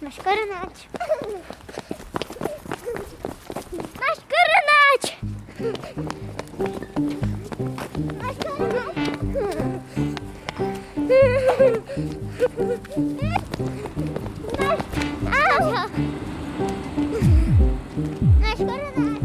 Máš koronáč. Máš koronáč. Máš koronáč. Máš koronáč.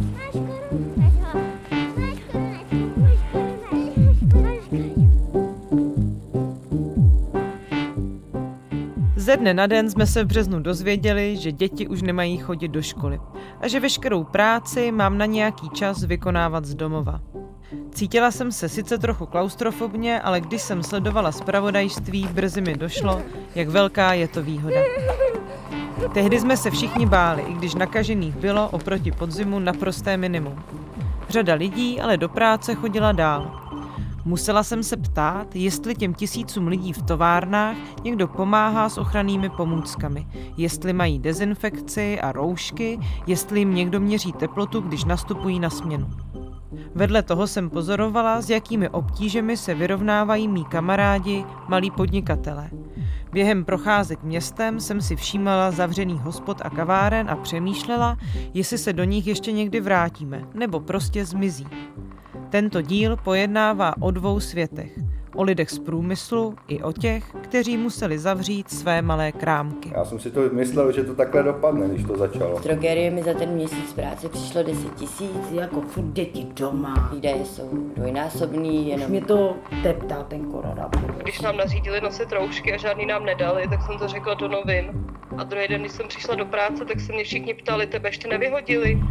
Ze dne na den jsme se v březnu dozvěděli, že děti už nemají chodit do školy a že veškerou práci mám na nějaký čas vykonávat z domova. Cítila jsem se sice trochu klaustrofobně, ale když jsem sledovala zpravodajství, brzy mi došlo, jak velká je to výhoda. Tehdy jsme se všichni báli, i když nakažených bylo oproti podzimu naprosté minimum. Řada lidí ale do práce chodila dál. Musela jsem se ptát, jestli těm tisícům lidí v továrnách někdo pomáhá s ochrannými pomůckami, jestli mají dezinfekci a roušky, jestli jim někdo měří teplotu, když nastupují na směnu. Vedle toho jsem pozorovala, s jakými obtížemi se vyrovnávají mí kamarádi, malí podnikatelé. Během procházek městem jsem si všímala zavřených hospod a kaváren a přemýšlela, jestli se do nich ještě někdy vrátíme, nebo prostě zmizí. Tento díl pojednává o dvou světech. O lidech z průmyslu i o těch, kteří museli zavřít své malé krámky. Já jsem si to myslel, že to takhle dopadne, když to začalo. Z drogerie mi za ten měsíc práce přišlo 10 000. Jako furt děti doma. Výdaje jsou dvojnásobný, jenom Mě to teptá ten koronavirus. Když nám nařídili nosit roušky a žádný nám nedali, tak jsem to řekla do novin. A druhý den, když jsem přišla do práce, tak se mě všichni ptali, tebe ještě nevyhodili.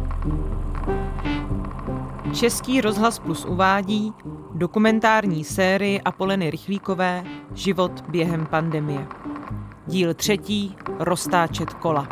Český rozhlas Plus uvádí dokumentární sérii Apoleny Rychlíkové Život během pandemie. Díl 3. Roztáčet kola.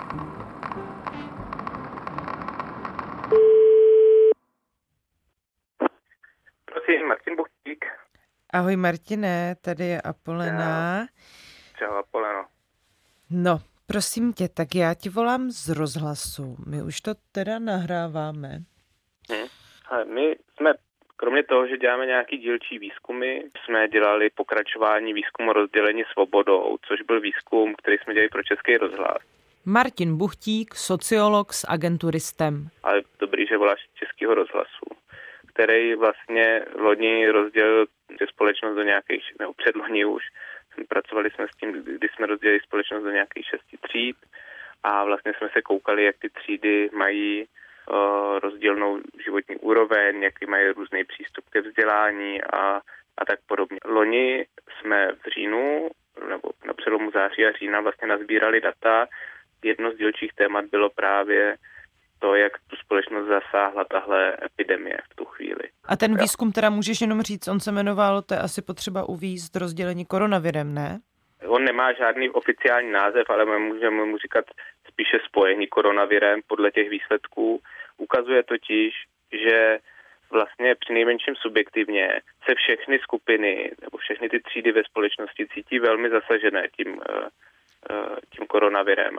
Prosím, Martin Buchtík. Ahoj Martine, tady je Apolena. Čau Apoleno. No, prosím tě, tak já ti volám z rozhlasu. My už to teda nahráváme. Ale my jsme, kromě toho, že děláme nějaký dílčí výzkumy, jsme dělali pokračování výzkumu rozdělení svobodou, což byl výzkum, který jsme dělali pro Český rozhlas. Martin Buchtík, sociolog s agenturistem. Ale dobrý, že voláš Českého rozhlasu, který vlastně loni rozdělil společnost do nějakých, nebo předloni už, pracovali jsme s tím, kdy jsme rozdělili společnost do nějakých 6 tříd a vlastně jsme se koukali, jak ty třídy mají rozdílnou životní úroveň, jaký mají různý přístup ke vzdělání a tak podobně. Loni jsme v říjnu, nebo na přelomu září a října vlastně nazbírali data. Jedno z dílčích témat bylo právě to, jak tu společnost zasáhla tahle epidemie v tu chvíli. A ten výzkum teda můžeš jenom říct, on se jmenoval, to je asi potřeba uvízt, rozdělení koronavirem, ne? On nemá žádný oficiální název, ale můžeme mu říkat spíše spojení koronavirem podle těch výsledků. Ukazuje totiž, že vlastně přinejmenším subjektivně se všechny skupiny nebo všechny ty třídy ve společnosti cítí velmi zasažené tím koronavirem.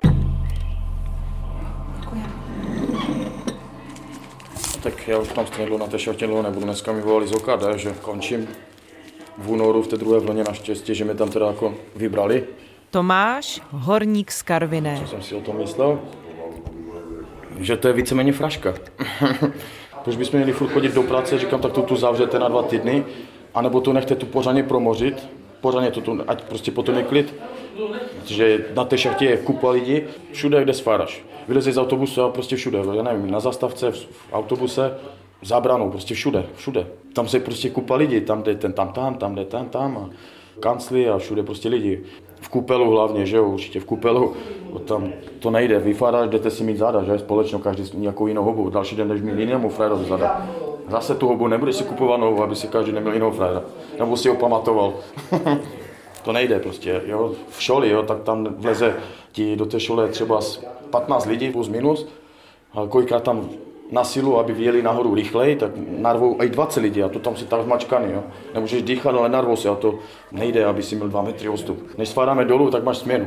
Tak já už tam stejně na té šachtě nebudu. Dneska mi volali z OKD, že končím v únoru v té druhé vlně, naštěstí, že mi tam teda jako vybrali. Tomáš, horník z Karviné. Co jsem si o tom myslel? Že to je víceméně fraška. Proč bychom měli furt chodit do práce, říkám, tak to tu zavřete na 2 týdny, anebo to nechte tu pořádně promořit, pořádně to tu, ať prostě potom je klid. Protože na té šachtě je kupa lidí, všude, kde sfáráš. Vylezeš z autobusu a prostě všude, já nevím, na zastavce, v autobuse, za branou, prostě všude. Tam se prostě kupa lidí, tam jde ten tam jde tam a kancly a všude prostě lidi. V Kupelu hlavně, že jo, určitě v Kupelu, tam to nejde, vyfádáš, jdete si mít záda, že společně, každý nějakou jinou hobu, další den jdeš mít jinému frajerovi záda. Zase tu hobu nebudeš si kupovat novou, aby si každý neměl jinou frajera, nebo si ho pamatoval. To nejde prostě, jo, v šoli, jo, tak tam vleze ti do té šole třeba 15 lidí plus minus, ale kolikrát tam na silu, aby vyjeli nahoru rychleji, tak narvou i 20 lidí a to tam si tak zmačkaný, jo. Nemůžeš dýchat, ale narvou si a to nejde, aby si měl 2 metry odstup. Než svádáme dolů, tak máš směnu.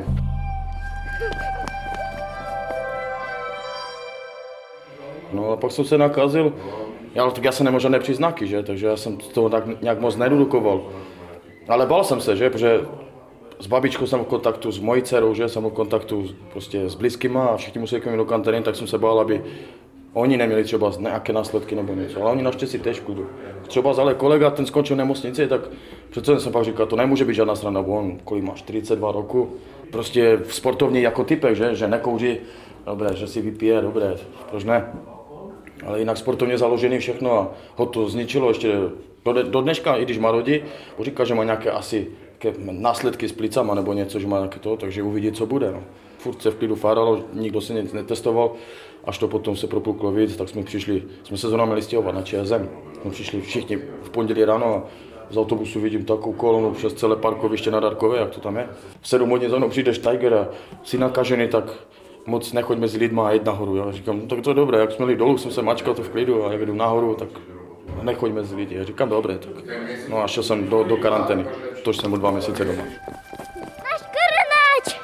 No a pak jsem se nakazil, tak já jsem neměl žádné příznaky, že, takže já jsem toho tak nějak moc nededukoval. Ale bál jsem se, že, protože S babičkou jsem v kontaktu, s mojí dcerou, že jsem v kontaktu prostě s blízkýma a všichni museli jít do karantény, tak jsem se bál, aby oni neměli třeba nějaké následky nebo něco, ale oni naštěstí tež klidu. Třeba ale kolega, ten skončil v nemocnici, tak přece jsem pak říkal, to nemůže být žádná strana, bo on kolik má 42 roku, prostě sportovní jako typek, že nekouří, dobré, že si vypije, dobré, proč ne? Ale jinak sportovně založený všechno a ho to zničilo ještě do dneška, i když má rodi, říká, že má nějaké asi následky s plicama nebo něco, že má nějaké to, takže uvidí, co bude. No. Furt se v klidu fáralo, nikdo se nic netestoval, až to potom se propuklo víc, tak jsme se zrovna měli stěhovat na ČSM. Jsme přišli všichni v pondělí ráno a z autobusu vidím takovou kolonu přes celé parkoviště na Darkově, jak to tam je. V 7 hodin za mnou přijdeš Tiger a jsi nakažený, tak moc nechoď mezi lidma a jít nahoru. Já říkám, no, tak to je dobré, jak jsme jeli dolů, jsem se mačkal to v klidu a jak jdu nahoru, tak nechoď mezi lidi. Já říkám, dobré, tak. No a šel jsem do karantény, tož jsem byl 2 měsíce doma. Náš koronáč!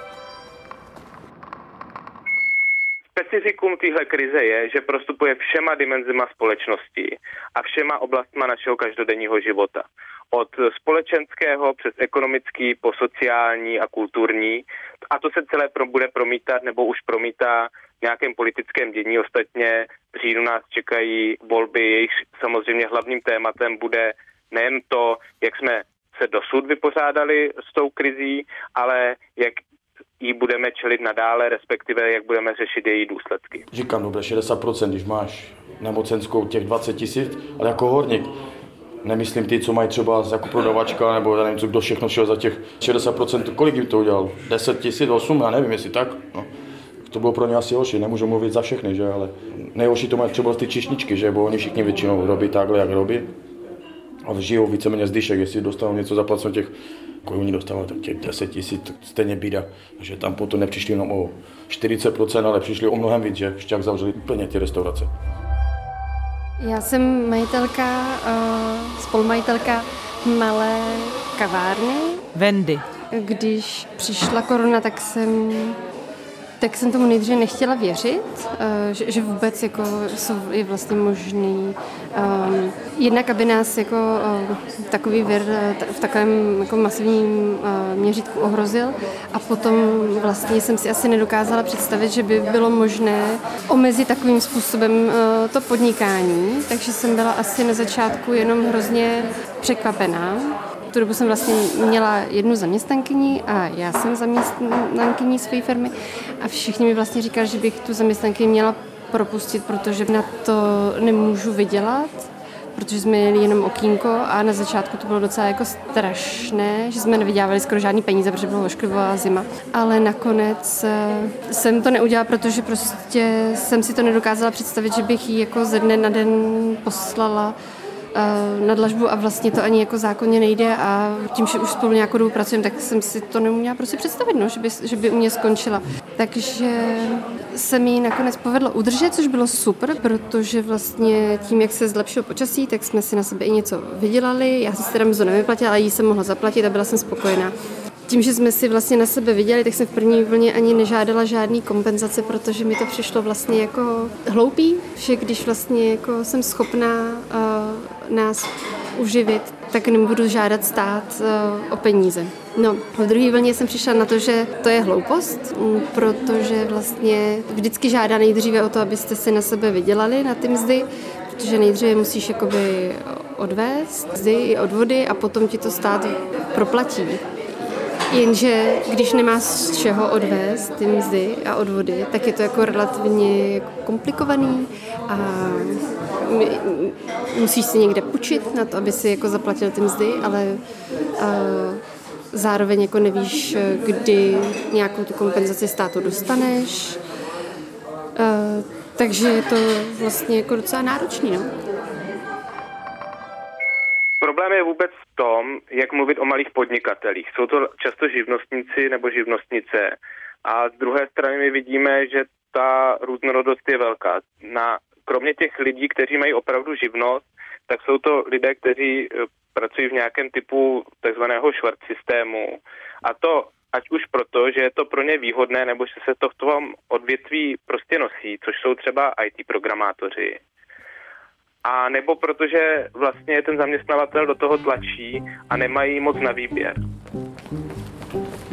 Specifikum téhle krize je, že prostupuje všema dimenzima společnosti a všema oblastma našeho každodenního života. Od společenského přes ekonomický po sociální a kulturní. A to se celé bude promítat nebo už promítá v nějakém politickém dění. Ostatně v říjnu nás čekají volby, jejich samozřejmě hlavním tématem bude nejen to, jak jsme se dosud vypořádali s tou krizí, ale jak ji budeme čelit nadále, respektive jak budeme řešit její důsledky. Říkám, dobré, 60%, když máš nemocenskou těch 20 000, ale jako horník. Nemyslím ty, co mají třeba jako prodavačka, nebo já nevím, co kdo všechno šel za těch 60%, kolik jim to udělal? 10 000, 8, já nevím, jestli tak. No. To bylo pro ně asi horší, nemůžu mluvit za všechny, že, ale nejhorší to mají třeba ty čišničky, že, bo oni všichni většinou robí takhle, jak robí. A žijou víceméně z dyšek, jestli dostanou něco zaplaceno těch, kolik oni dostávali, tak těch 10 000, stejně bída. Takže tam potom nepřišli jenom o 40%, ale přišli o mnohem víc, že, ještě jak zavřeli úplně ty restaurace. Já jsem majitelka, spolumajitelka malé kavárny. Wendy. Když přišla korona, tak jsem tomu nejdříve nechtěla věřit, že vůbec jako je vlastně možný jednak, aby nás jako takový vir v takovém jako masivním měřítku ohrozil, a potom vlastně jsem si asi nedokázala představit, že by bylo možné omezit takovým způsobem to podnikání, takže jsem byla asi na začátku jenom hrozně překvapená. Tu dobu jsem vlastně měla jednu zaměstnankyni a já jsem zaměstnankyní své firmy a všichni mi vlastně říkali, že bych tu zaměstnankyni měla propustit, protože na to nemůžu vydělat, protože jsme měli jenom okýnko a na začátku to bylo docela jako strašné, že jsme nevydělávali skoro žádný peníze, protože byla ošklivá zima. Ale nakonec jsem to neudělala, protože prostě jsem si to nedokázala představit, že bych ji jako ze dne na den poslala na dlažbu a vlastně to ani jako zákonně nejde, a tím, že už spolu nějakou dobu pracujeme, tak jsem si to neuměla prostě představit, no, že by u mě skončila. Takže se mi nakonec povedlo udržet, což bylo super, protože vlastně tím, jak se zlepšilo počasí, tak jsme si na sebe i něco vydělali. Já jsem si teda mzdu nevyplatila, ale jí jsem mohla zaplatit a byla jsem spokojená. Tím, že jsme si vlastně na sebe viděli, tak jsem v první vlně ani nežádala žádný kompenzace, protože mi to přišlo vlastně jako hloupý, že když vlastně jako jsem schopná nás uživit, tak nebudu žádat stát o peníze. No, v druhé vlně jsem přišla na to, že to je hloupost, protože vlastně vždycky žádá nejdříve o to, abyste si na sebe vydělali na ty mzdy, protože nejdříve musíš jakoby odvést mzdy i odvody a potom ti to stát proplatí. Jenže když nemáš z čeho odvést ty mzdy a odvody, tak je to jako relativně komplikovaný a musíš si někde půjčit na to, aby si jako zaplatil ty mzdy, ale zároveň jako nevíš, kdy nějakou tu kompenzaci státu dostaneš. Takže je to vlastně jako docela náročný, no. Problém je vůbec v tom, jak mluvit o malých podnikatelích. Jsou to často živnostníci nebo živnostnice. A z druhé strany my vidíme, že ta různorodost je velká. Kromě těch lidí, kteří mají opravdu živnost, tak jsou to lidé, kteří pracují v nějakém typu takzvaného švart systému. A to ať už proto, že je to pro ně výhodné, nebo že se to v tom odvětví prostě nosí, což jsou třeba IT programátoři. A nebo protože vlastně ten zaměstnavatel do toho tlačí a nemají moc na výběr.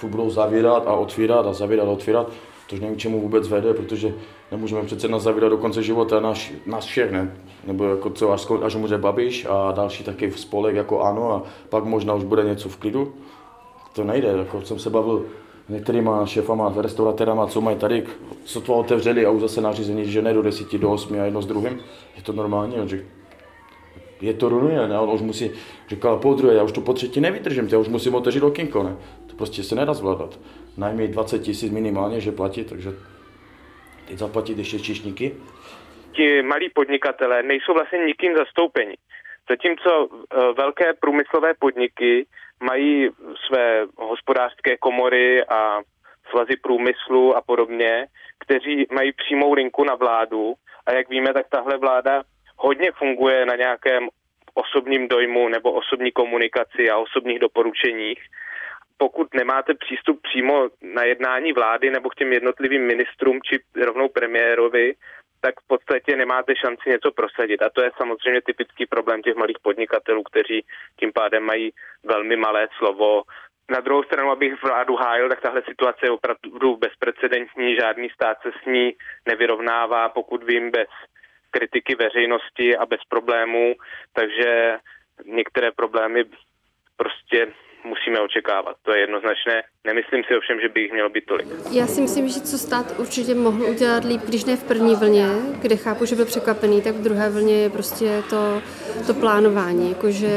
furt budou zavírat a otvírat a zavírat a otvírat, tož nevím, čemu vůbec vede, protože nemůžeme přece nás zavírat do konce života nás všech, ne? Nebo jako co, až umře Babiš a další taky v spolek jako ANO a pak možná už bude něco v klidu. To nejde, jako jsem se bavil s některýma šéfama, restauratérama, co mají tady, sotva otevřeli a už zase nařízení, že ne do 10, do 8 a jedno s druhým. Je to normálně, že je to runuje, ne? On už musí, říkal po druhé, já už to po třetí nevydržím, já už musím otevřít okénko, ne? To prostě se nedá zvládat. Najmí 20 000 minimálně, že platí, takže teď zaplatit ještě číšníky. Ti malí podnikatelé nejsou vlastně nikým zastoupeni. Zatímco velké průmyslové podniky mají své hospodářské komory a svazy průmyslu a podobně, kteří mají přímou linku na vládu a jak víme, tak tahle vláda hodně funguje na nějakém osobním dojmu nebo osobní komunikaci a osobních doporučeních. Pokud nemáte přístup přímo na jednání vlády nebo k těm jednotlivým ministrům či rovnou premiérovi, tak v podstatě nemáte šanci něco prosadit. A to je samozřejmě typický problém těch malých podnikatelů, kteří tím pádem mají velmi malé slovo. Na druhou stranu, abych vládu hájil, tak tahle situace je opravdu bezprecedentní, žádný stát se s ní nevyrovnává, pokud vím, bez kritiky veřejnosti a bez problémů, takže některé problémy prostě musíme očekávat. To je jednoznačné. Nemyslím si ovšem, že by jich mělo být tolik. Já si myslím, že co stát určitě mohl udělat líp, když ne v první vlně, kde chápu, že byl překvapený, tak v druhé vlně je prostě to plánování. Jakože,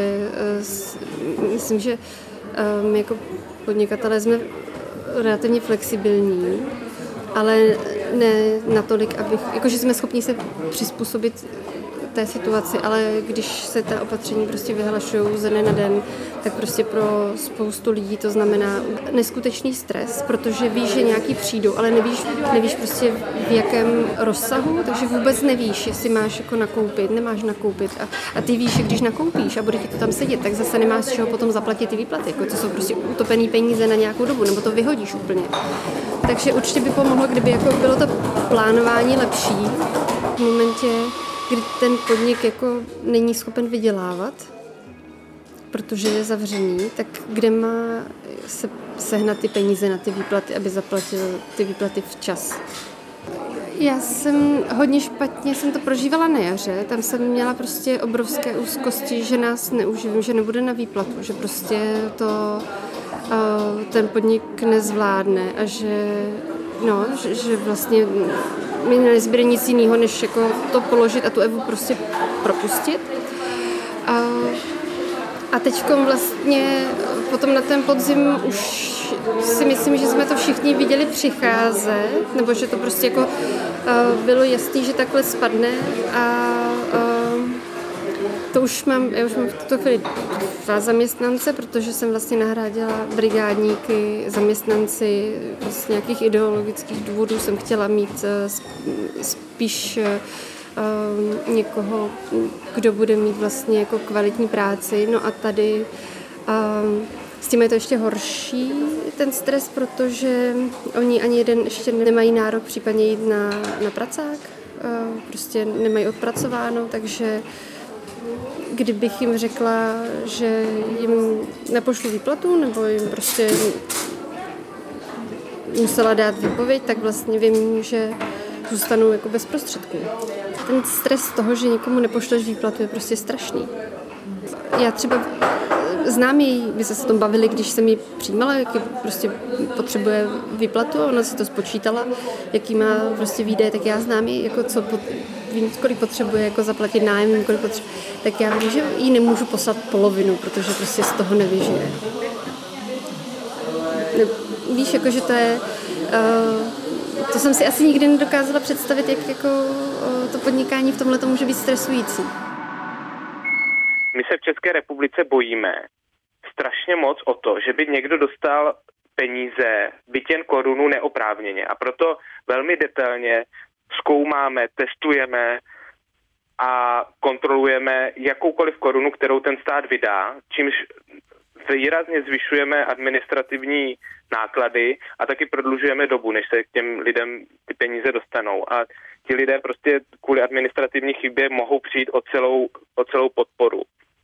myslím, že my jako podnikatelé jsme relativně flexibilní, ale ne natolik, jakože jsme schopni se přizpůsobit té situaci, ale když se ta opatření prostě vyhlašují ze dne na den, tak prostě pro spoustu lidí to znamená neskutečný stres, protože víš, že nějaký přijdou, ale nevíš prostě v jakém rozsahu, takže vůbec nevíš, jestli máš jako nakoupit, nemáš nakoupit a ty víš, že když nakoupíš a bude ti to tam sedět, tak zase nemáš z čeho potom zaplatit ty výplaty, jako to jsou prostě utopený peníze na nějakou dobu, nebo to vyhodíš úplně. Takže určitě by pomohlo, kdyby jako bylo to plánování lepší v momentě, kdy ten podnik jako není schopen vydělávat, protože je zavřený, tak kde má se sehnat ty peníze na ty výplaty, aby zaplatil ty výplaty včas. Já jsem hodně špatně jsem to prožívala na jaře, tam jsem měla prostě obrovské úzkosti, že nás neuživím, že nebude na výplatu, že prostě to ten podnik nezvládne a že vlastně mi nezbyde nic jiného, než jako to položit a tu Evu prostě propustit. A teďkom vlastně potom na ten podzim už si myslím, že jsme to všichni viděli přicházet, nebo že to prostě jako bylo jasný, že takhle spadne a já už mám v tuto chvíli 2 zaměstnance, protože jsem vlastně nahradila brigádníky, zaměstnanci z nějakých ideologických důvodů jsem chtěla mít spíš někoho, kdo bude mít vlastně jako kvalitní práci. No a tady s tím je to ještě horší, ten stres, protože oni ani jeden ještě nemají nárok případně jít na pracák, prostě nemají odpracováno, takže kdybych jim řekla, že jim nepošlu výplatu nebo jim prostě musela dát výpověď, tak vlastně vím, že zůstanou jako bez prostředků. Ten stres toho, že někomu nepošleš výplatu, je prostě strašný. Já třeba znám jí, by se o tom bavili, když jsem ji přijímala, jaký prostě potřebuje výplatu, ona si to spočítala, jaký má prostě výdaje, tak já znám ji, jako vím, kolik potřebuje jako zaplatit nájem, kolik potřebuje, tak já vím, že jí nemůžu poslat polovinu, protože prostě z toho nevyžije. Víš, jakože to je, to jsem si asi nikdy nedokázala představit, jak jako to podnikání v tomhle to může být stresující. My se v České republice bojíme strašně moc o to, že by někdo dostal peníze, byť jen korunu neoprávněně. A proto velmi detailně zkoumáme, testujeme a kontrolujeme jakoukoliv korunu, kterou ten stát vydá, čímž výrazně zvyšujeme administrativní náklady a taky prodlužujeme dobu, než se k těm lidem ty peníze dostanou. A ti lidé prostě kvůli administrativní chybě mohou přijít o celou podporu.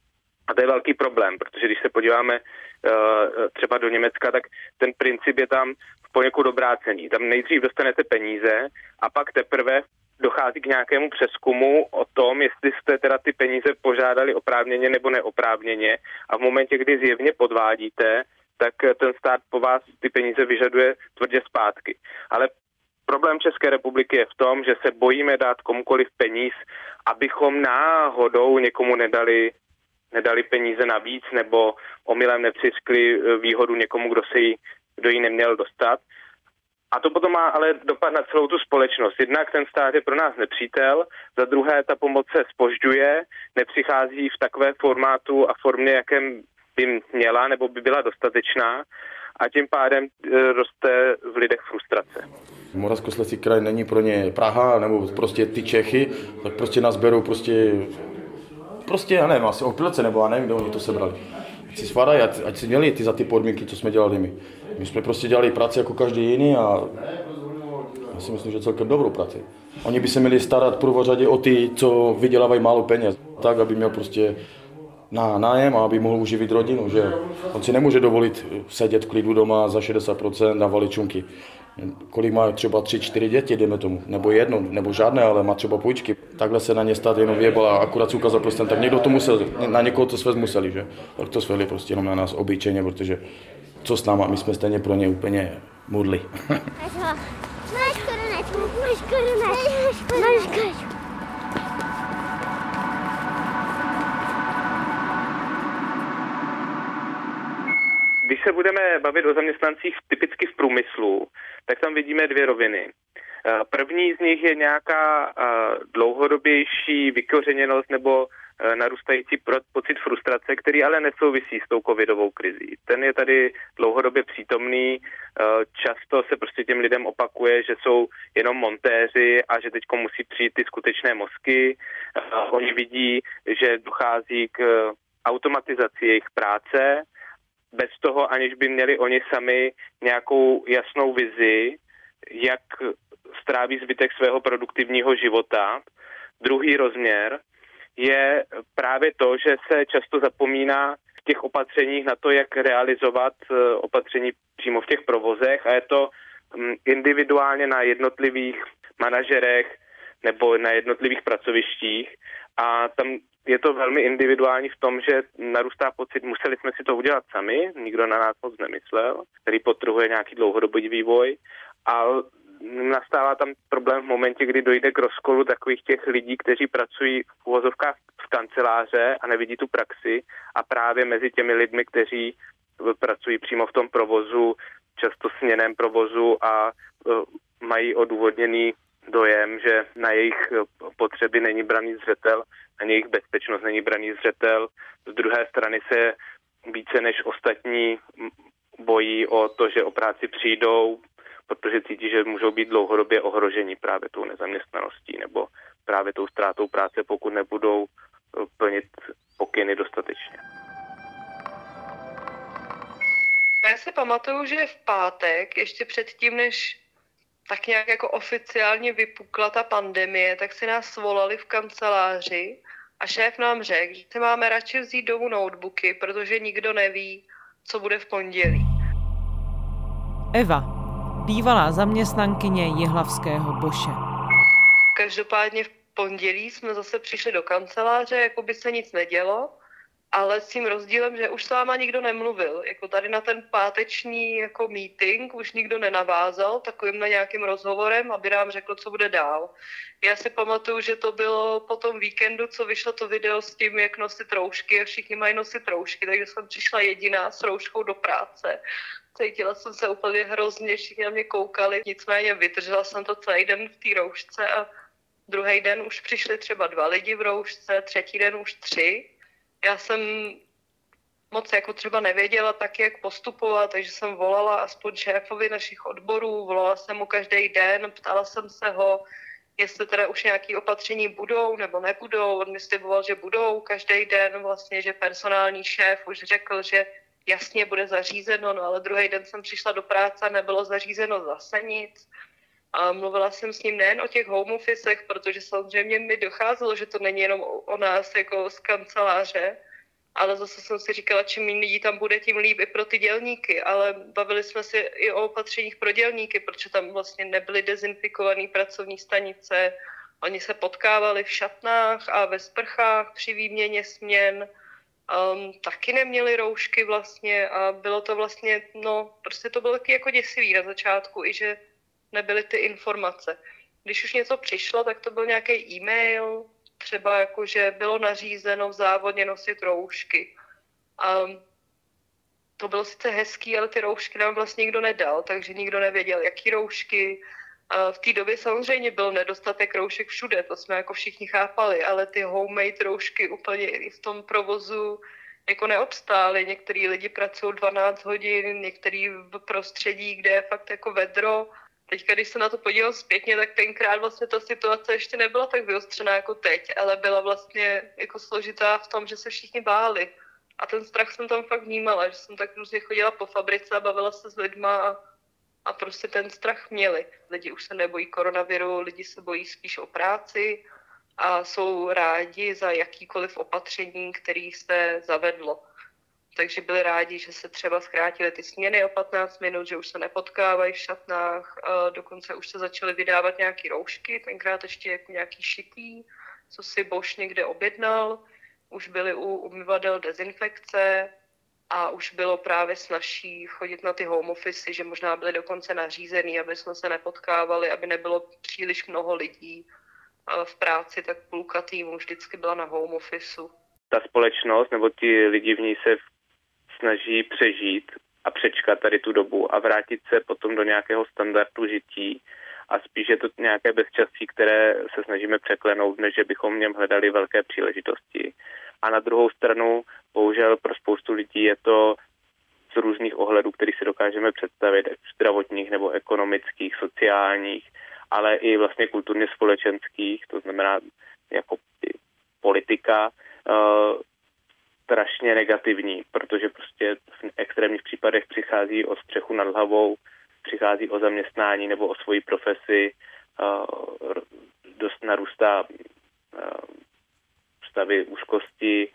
A to je velký problém, protože když se podíváme třeba do Německa, tak ten princip je tam poněkud obrácený. Tam nejdřív dostanete peníze a pak teprve dochází k nějakému přezkumu o tom, jestli jste teda ty peníze požádali oprávněně nebo neoprávněně, a v momentě, kdy zjevně podvádíte, tak ten stát po vás ty peníze vyžaduje tvrdě zpátky. Ale problém České republiky je v tom, že se bojíme dát komukoliv peníz, abychom náhodou někomu nedali peníze navíc nebo omylem nepřiškli výhodu někomu, kdo ji neměl dostat. A to potom má ale dopad na celou tu společnost. Jednak ten stát je pro nás nepřítel, za druhé ta pomoc se zpožďuje, nepřichází v takové formátu a formě, jakém by měla nebo by byla dostatečná, a tím pádem roste v lidech frustrace. Moravskoslezský kraj není pro ně Praha nebo prostě ty Čechy, tak prostě nás berou prostě já nevím, asi opilce nebo já nevím, kde oni to sebrali. Ať si svadají, ať si měli za ty podmínky, co jsme dělali my. My jsme prostě dělali práci jako každý jiný a já si myslím, že celkem dobrou práci. Oni by se měli starat prvořadě o ty, co vydělávají málo peněz, tak, aby měl prostě na nájem a aby mohl uživit rodinu, že on si nemůže dovolit sedět v klidu doma za 60% a valit čunky. Kolik má třeba 3-4 děti, dejme tomu, nebo jedno, nebo žádné, ale má třeba půjčky. Takhle se na ně stát jenom věbal a akurát si ukázal prstem, tak někdo to musel, na někoho to svést museli, že? Tak to sveli prostě jenom na nás obyčejně, protože co s náma, my jsme stejně pro ně úplně mudli. Máš korunač. Když se budeme bavit o zaměstnancích typicky v průmyslu, tak tam vidíme dvě roviny. První z nich je nějaká dlouhodobější vykořeněnost nebo narůstající pocit frustrace, který ale nesouvisí s tou covidovou krizí. Ten je tady dlouhodobě přítomný, často se prostě těm lidem opakuje, že jsou jenom montéři a že teď musí přijít ty skutečné mozky. Oni vidí, že dochází k automatizaci jejich práce, bez toho, aniž by měli oni sami nějakou jasnou vizi, jak stráví zbytek svého produktivního života. Druhý rozměr je právě to, že se často zapomíná v těch opatřeních na to, jak realizovat opatření přímo v těch provozech, a je to individuálně na jednotlivých manažerech nebo na jednotlivých pracovištích, a tam je to velmi individuální v tom, že narůstá pocit, museli jsme si to udělat sami, nikdo na nás moc nemyslel, který podtrhuje nějaký dlouhodobý vývoj, a nastává tam problém v momentě, kdy dojde k rozkolu takových těch lidí, kteří pracují v uvozovkách v kanceláře a nevidí tu praxi, a právě mezi těmi lidmi, kteří pracují přímo v tom provozu, často směnném provozu, a mají odůvodněný dojem, že na jejich potřeby není braný zřetel, na jejich bezpečnost není braný zřetel. Z druhé strany se více než ostatní bojí o to, že o práci přijdou, protože cítí, že můžou být dlouhodobě ohroženi právě tou nezaměstnaností nebo právě tou ztrátou práce, pokud nebudou plnit pokyny dostatečně. Já si pamatuju, že v pátek, ještě předtím, než tak nějak jako oficiálně vypukla ta pandemie, tak si nás svolali v kanceláři a šéf nám řekl, že si máme radši vzít domů notebooky, protože nikdo neví, co bude v pondělí. Eva, bývalá zaměstnankyně jihlavského Boše. Každopádně v pondělí jsme zase přišli do kanceláře, jako by se nic nedělo, ale s tím rozdílem, že už s váma nikdo nemluvil. Jako tady na ten páteční jako meeting už nikdo nenavázal takovým na nějakým rozhovorem, aby nám řekl, co bude dál. Já si pamatuju, že to bylo po tom víkendu, co vyšlo to video s tím, jak nosit roušky, a všichni mají nosit roušky, takže jsem přišla jediná s rouškou do práce. Cítila jsem se úplně hrozně, všichni na mě koukali, nicméně vydržela jsem to celý den v té roušce, a druhý den už přišli třeba 2 lidi v roušce, třetí den už 3. Já jsem moc jako třeba nevěděla tak, jak postupovat, takže jsem volala aspoň šéfovi našich odborů, volala jsem mu každý den, ptala jsem se ho, jestli teda už nějaké opatření budou nebo nebudou. On mi sliboval, že budou každý den, vlastně, že personální šéf už řekl, že jasně bude zařízeno, no ale druhý den jsem přišla do práce a nebylo zařízeno zase nic. A mluvila jsem s ním nejen o těch home officech, protože samozřejmě mi docházelo, že to není jenom o nás jako z kanceláře, Ale zase jsem si říkala, čím méně lidí tam bude, tím líp i pro ty dělníky. Ale bavili jsme se i o opatřeních pro dělníky, protože tam vlastně nebyly dezinfikované pracovní stanice. Oni se potkávali v šatnách a ve sprchách při výměně směn. Taky neměli roušky vlastně a bylo to vlastně, prostě to bylo taky jako děsivý na začátku, i že nebyly ty informace. Když už něco přišlo, tak to byl nějaký e-mail, třeba jako, že bylo nařízeno v závodě nosit roušky. To bylo sice hezký, ale ty roušky nám vlastně nikdo nedal, takže nikdo nevěděl, jaký roušky. V té době samozřejmě byl nedostatek roušek všude, to jsme jako všichni chápali, ale ty homemade roušky úplně i v tom provozu jako neobstály. Některý lidi pracují 12 hodin, některý v prostředí, kde je fakt jako vedro. Teďka, když se na to podívám zpětně, tak tenkrát vlastně ta situace ještě nebyla tak vyostřená jako teď, ale byla vlastně jako složitá v tom, že se všichni báli. A ten strach jsem tam fakt vnímala, že jsem tak různě chodila po fabrice a bavila se s lidma a prostě ten strach měli. Lidi už se nebojí koronaviru, lidi se bojí spíš o práci a jsou rádi za jakýkoliv opatření, který se zavedlo. Takže byli rádi, že se třeba zkrátily ty směny o 15 minut, že už se nepotkávají v šatnách, dokonce už se začaly vydávat nějaké roušky, tenkrát ještě jako nějaký šitý, co si Bosch někde objednal. Už byly u umyvadel dezinfekce a už bylo právě snazší chodit na ty home office, že možná byly dokonce nařízený, aby jsme se nepotkávali, aby nebylo příliš mnoho lidí v práci, tak půlka týmu vždycky byla na home officeu. Ta společnost nebo ti lidi v ní se snaží přežít a přečkat tady tu dobu a vrátit se potom do nějakého standardu žití a spíš je to nějaké bezčasí, které se snažíme překlenout, než že bychom v něm hledali velké příležitosti. A na druhou stranu, bohužel pro spoustu lidí je to z různých ohledů, který si dokážeme představit, zdravotních nebo ekonomických, sociálních, ale i vlastně kulturně společenských, to znamená jako politika, strašně negativní, protože prostě v extrémních případech přichází o střechu nad hlavou, přichází o zaměstnání nebo o svoji profesi, dost narůstá stavy úzkosti,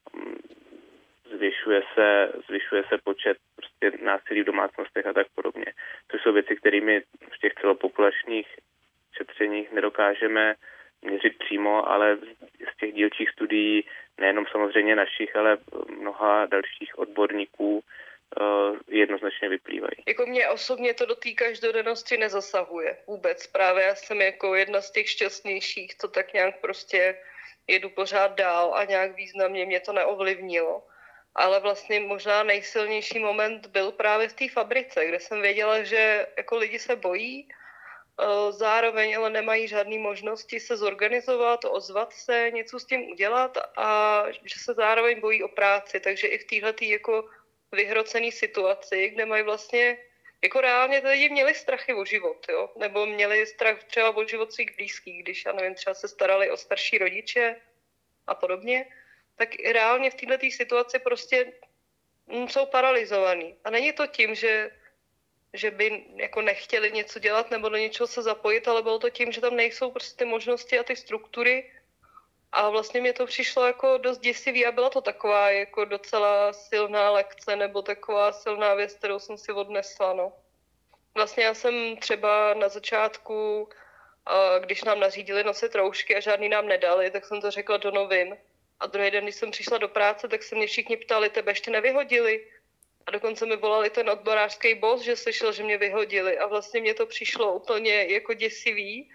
zvyšuje se počet prostě násilí v domácnostech a tak podobně. To jsou věci, kterými v těch celopopulačních šetřeních nedokážeme měřit přímo, ale z těch dílčích studií, nejenom samozřejmě našich, ale mnoha dalších odborníků jednoznačně vyplývají. Jako mě osobně to do té každodennosti nezasahuje vůbec. Právě já jsem jako jedna z těch šťastnějších, co tak nějak prostě jedu pořád dál a nějak významně mě to neovlivnilo. Ale vlastně možná nejsilnější moment byl právě v té fabrice, kde jsem věděla, že jako lidi se bojí, zároveň ale nemají žádné možnosti se zorganizovat, ozvat se, něco s tím udělat a že se zároveň bojí o práci. Takže i v téhletý jako vyhrocený situaci, kde mají vlastně, jako reálně ty lidi měli strachy o život, jo? Nebo měli strach třeba o život svých blízkých, když, já nevím, třeba se starali o starší rodiče a podobně, tak reálně v této situaci prostě jsou paralizovaní. A není to tím, že by jako nechtěli něco dělat nebo do něčeho se zapojit, ale bylo to tím, že tam nejsou prostě ty možnosti a ty struktury. A vlastně mě to přišlo jako dost děsivý a byla to taková jako docela silná lekce nebo taková silná věc, kterou jsem si odnesla, no. Vlastně já jsem třeba na začátku, když nám nařídili nosit roušky a žádný nám nedali, tak jsem to řekla do novin. A druhý den, když jsem přišla do práce, tak se mě všichni ptali, tebe ještě nevyhodili? A dokonce mi volali ten odborářský boss, že slyšel, že mě vyhodili. A vlastně mě to přišlo úplně jako děsivý,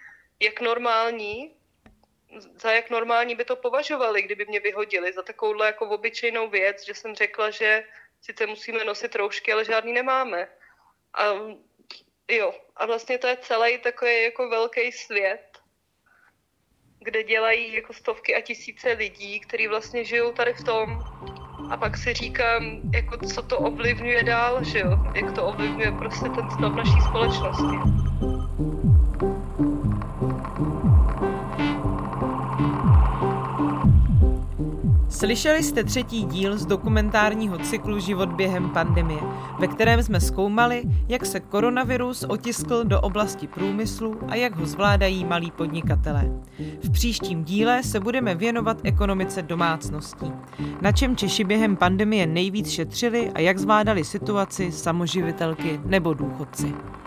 za jak normální by to považovali, kdyby mě vyhodili za takovouhle jako obyčejnou věc, že jsem řekla, že sice musíme nosit roušky, ale žádný nemáme. A vlastně to je celý takový jako velký svět, kde dělají jako stovky a tisíce lidí, kteří vlastně žijou tady v tom. A pak si říkám, jako co to ovlivňuje dál, že jo? Jak to ovlivňuje prostě ten stav naší společnosti. Slyšeli jste 3. díl z dokumentárního cyklu Život během pandemie, ve kterém jsme zkoumali, jak se koronavirus otiskl do oblasti průmyslu a jak ho zvládají malí podnikatelé. V příštím díle se budeme věnovat ekonomice domácností. Na čem Češi během pandemie nejvíc šetřili a jak zvládali situaci samoživitelky nebo důchodci.